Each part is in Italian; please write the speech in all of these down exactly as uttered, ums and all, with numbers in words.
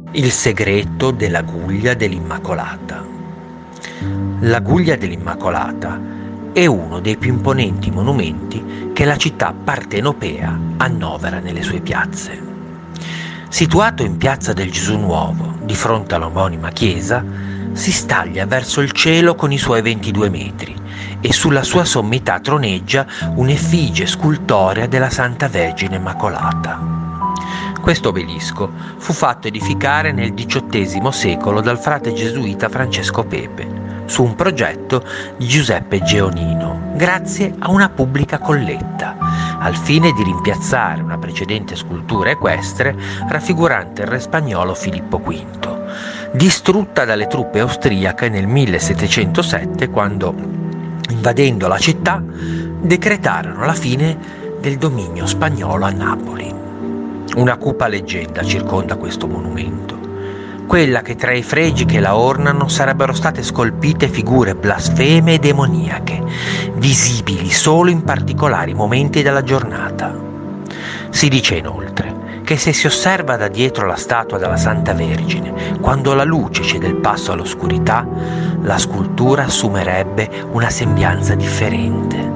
Il segreto della Guglia dell'Immacolata. La Guglia dell'Immacolata è uno dei più imponenti monumenti che la città partenopea annovera nelle sue piazze. Situato in piazza del Gesù Nuovo, di fronte all'omonima chiesa, si staglia verso il cielo con i suoi ventidue metri e sulla sua sommità troneggia un'effigie scultorea della Santa Vergine Immacolata. Questo obelisco fu fatto edificare nel diciottesimo secolo dal frate gesuita Francesco Pepe, su un progetto di Giuseppe Geonino, grazie a una pubblica colletta, al fine di rimpiazzare una precedente scultura equestre raffigurante il re spagnolo Filippo quinto, distrutta dalle truppe austriache nel millesettecentosette, quando, invadendo la città, decretarono la fine del dominio spagnolo a Napoli. Una cupa leggenda circonda questo monumento, quella che tra i fregi che la ornano sarebbero state scolpite figure blasfeme e demoniache, visibili solo in particolari momenti della giornata. Si dice inoltre che se si osserva da dietro la statua della Santa Vergine, quando la luce cede il passo all'oscurità, la scultura assumerebbe una sembianza differente.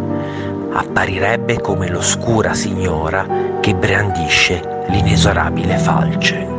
Apparirebbe come l'oscura signora che brandisce l'inesorabile falce.